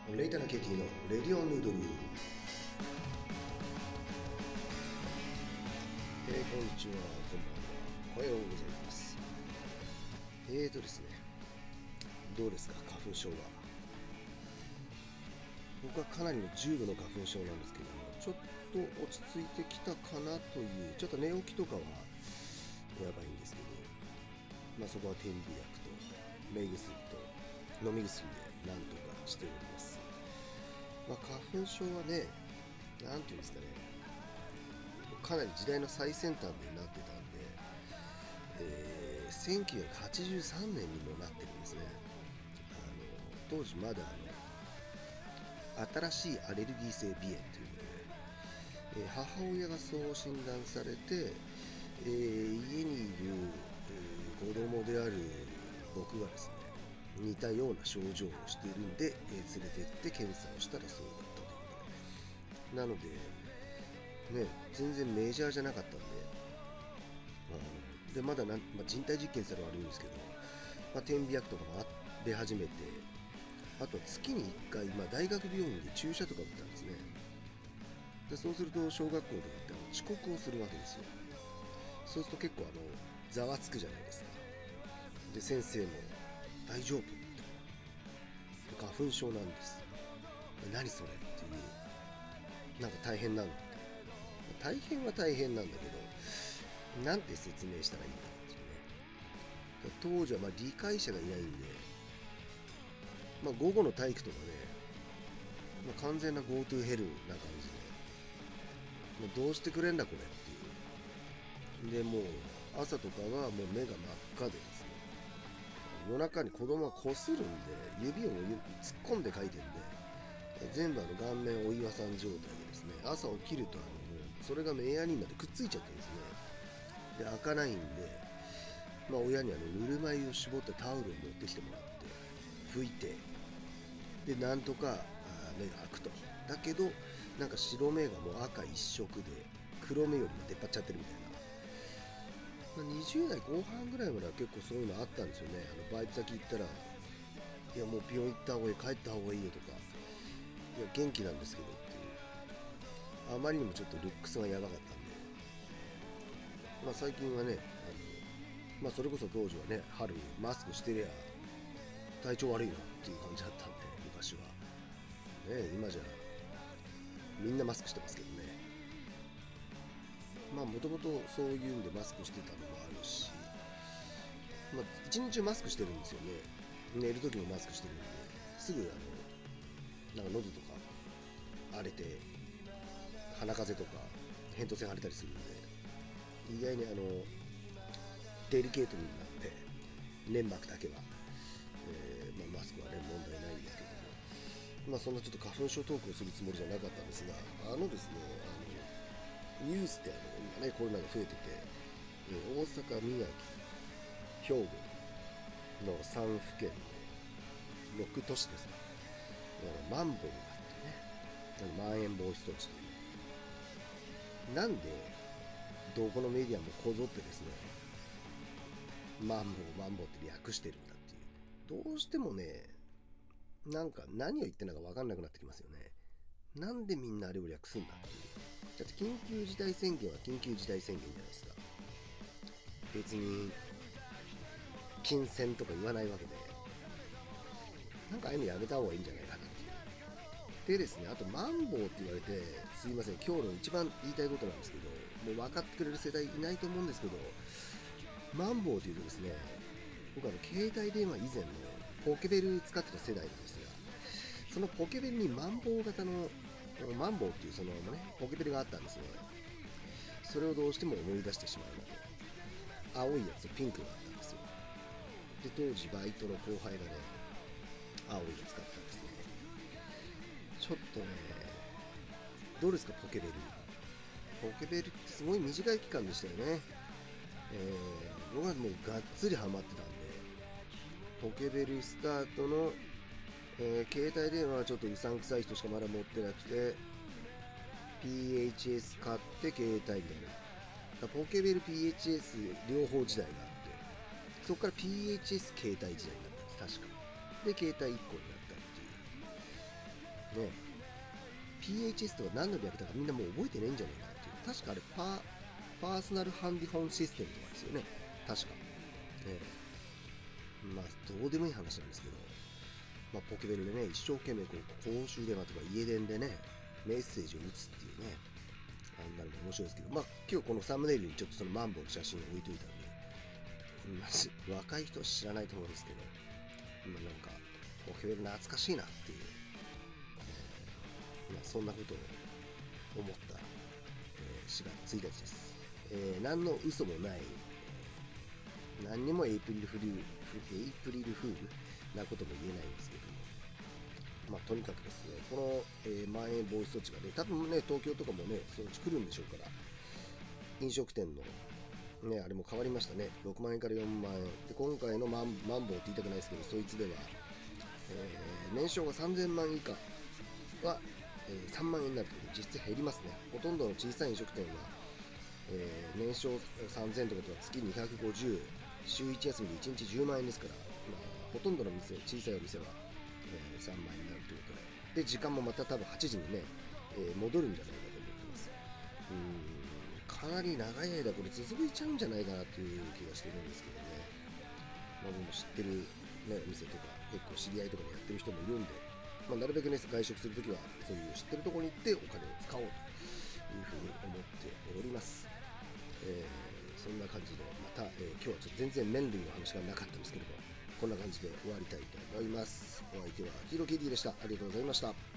レイタナケティのレディオンヌードル。こんにちは、こんばんは、おはようございます。ですね、どうですか、花粉症は。僕はかなりの重度の花粉症なんですけども、ちょっと落ち着いてきたかなという、ちょっと寝起きとかはやばいんですけど、そこは点鼻薬と目薬と飲み薬でなんとかしております。花粉症はね、なんていうんですかね、かなり時代の最先端でなってたんで、1983年にもなってるんですね。当時まだ新しいアレルギー性鼻炎ということで、母親がそう診断されて、家にいる、子供である僕がですね、似たような症状をしているんで、連れてって検査をしたらそうだったということで、なのでね、全然メジャーじゃなかったんで、まだ人体実験したら悪いんですけど、点鼻薬とかも出始めて、あと月に1回、大学病院で注射とか打ったんですね。でそうすると小学校とかって遅刻をするわけですよ。そうすると結構ざわつくじゃないですか。で先生も大丈夫って、花粉症なんです、何それっていう、なんか大変なの、大変は大変なんだけど、なんて説明したらいいんだっていうね。当時は理解者がいないんで、午後の体育とかね、完全な GoTo ヘルな感じで、どうしてくれんだこれっていう。でもう朝とかはもう目が真っ赤でですね、夜中に子供がこするんで、指を突っ込んで書いてるんで、全部顔面お岩さん状態でですね、朝起きるともうそれが目やになってくっついちゃってるんですね。で開かないんで、親にぬるま湯を絞ったタオルを持ってきてもらって拭いて、でなんとか目が開くと。だけどなんか白目がもう赤一色で黒目よりも出っ張っちゃってるみたいな。20代後半ぐらいまでは結構そういうのあったんですよね。バイト先行ったら、いやもう病院行った方がいい、帰った方がいいよとか、いや元気なんですけどっていう、あまりにもちょっとルックスがやばかったんで、最近はね、それこそ当時はね、春マスクしてりゃ体調悪いなっていう感じだったんで、昔はね、今じゃみんなマスクしてますけどね。もともとそういうんでマスクしてたのもあるし、一日中マスクしてるんですよね。寝る時もマスクしてるんで、すぐなんか喉とか荒れて、鼻風邪とか扁桃腺腫れたりするんで、意外にデリケートになって粘膜だけは、マスクはね問題ないんですけども、そんなちょっと花粉症トークをするつもりじゃなかったんですが、ですね、ニュースで今ねコロナが増えてて、大阪、宮城、兵庫の3府県の6都市ですね、マンボウがあってね、まん延防止措置という、なんでどこのメディアもこぞってですね、マンボウって略してるんだっていう、どうしてもね、なんか何を言ってるのか分かんなくなってきますよね。なんでみんなあれを略すんだっていう。だって緊急事態宣言は緊急事態宣言じゃないですか。別に金銭とか言わないわけで、なんかああいうのやめた方がいいんじゃないかなっていう。でですね、あとマンボウって言われてすいません、今日の一番言いたいことなんですけど、もう分かってくれる世代いないと思うんですけど、マンボウというとですね、僕携帯電話以前のポケベル使ってた世代なんですが、そのポケベルにマンボウ型のマンボウっていうそのねポケベルがあったんですね。それをどうしても思い出してしまうので、青いやつとピンクがあったんですよ。で当時バイトの後輩がね、青いの使ってたんですね。ちょっとね、どうですかポケベル。ポケベルってすごい短い期間でしたよね。僕はもうがっつりハマってたんで、ポケベルスタートの、携帯電話はちょっとうさんくさい人しかまだ持ってなくて、 PHS 買って携帯みたいな、ポケベル PHS 両方時代があって、そこから PHS 携帯時代になったんです確かで。携帯1個になったっていう、 ね、PHS とか何の略だかみんなもう覚えてないんじゃないかなっていう。確かあれパーソナルハンディフォンシステムとかですよね、確か。まあどうでもいい話なんですけど、まあ、ポケベルでね、一生懸命こう公衆電話とか家電でね、メッセージを打つっていうね、あんなのも面白いですけど、まあ今日このサムネイルにちょっとそのマンボウの写真を置いといたんで、若い人は知らないと思うんですけど、なんかポケベル懐かしいなっていう、まあ、そんなことを思った、4月1日です。何の嘘もない、何にもエイプリルフールなことも言えないんですけども、まあとにかくですね、この、まん延防止措置がね、多分ね、東京とかもね、そのうち来るんでしょうから、飲食店のね、あれも変わりましたね。6万円から4万円。で、今回のマンボウって言いたくないですけど、そいつでは、年商が3000万以下は、3万円になるということで、実質減りますね。ほとんどの小さい飲食店は、年商3000ということは月250、週1休みで1日10万円ですから、まあ、ほとんどの店、小さいお店は、3万円になるということで、時間もまた多分8時にね、戻るんじゃないかと思ってます。かなり長い間これ続いちゃうんじゃないかなっていう気がしてるんですけどね。まあ、僕も知ってる、ね、お店とか結構知り合いとかでやってる人もいるんで、まあ、なるべくね外食するときはそういう知ってるところに行ってお金を使おうというふうに思っております。そんな感じでまた、今日はちょっと全然麺類の話がなかったんですけども、こんな感じで終わりたいと思います。お相手はヒーロー KD でした。ありがとうございました。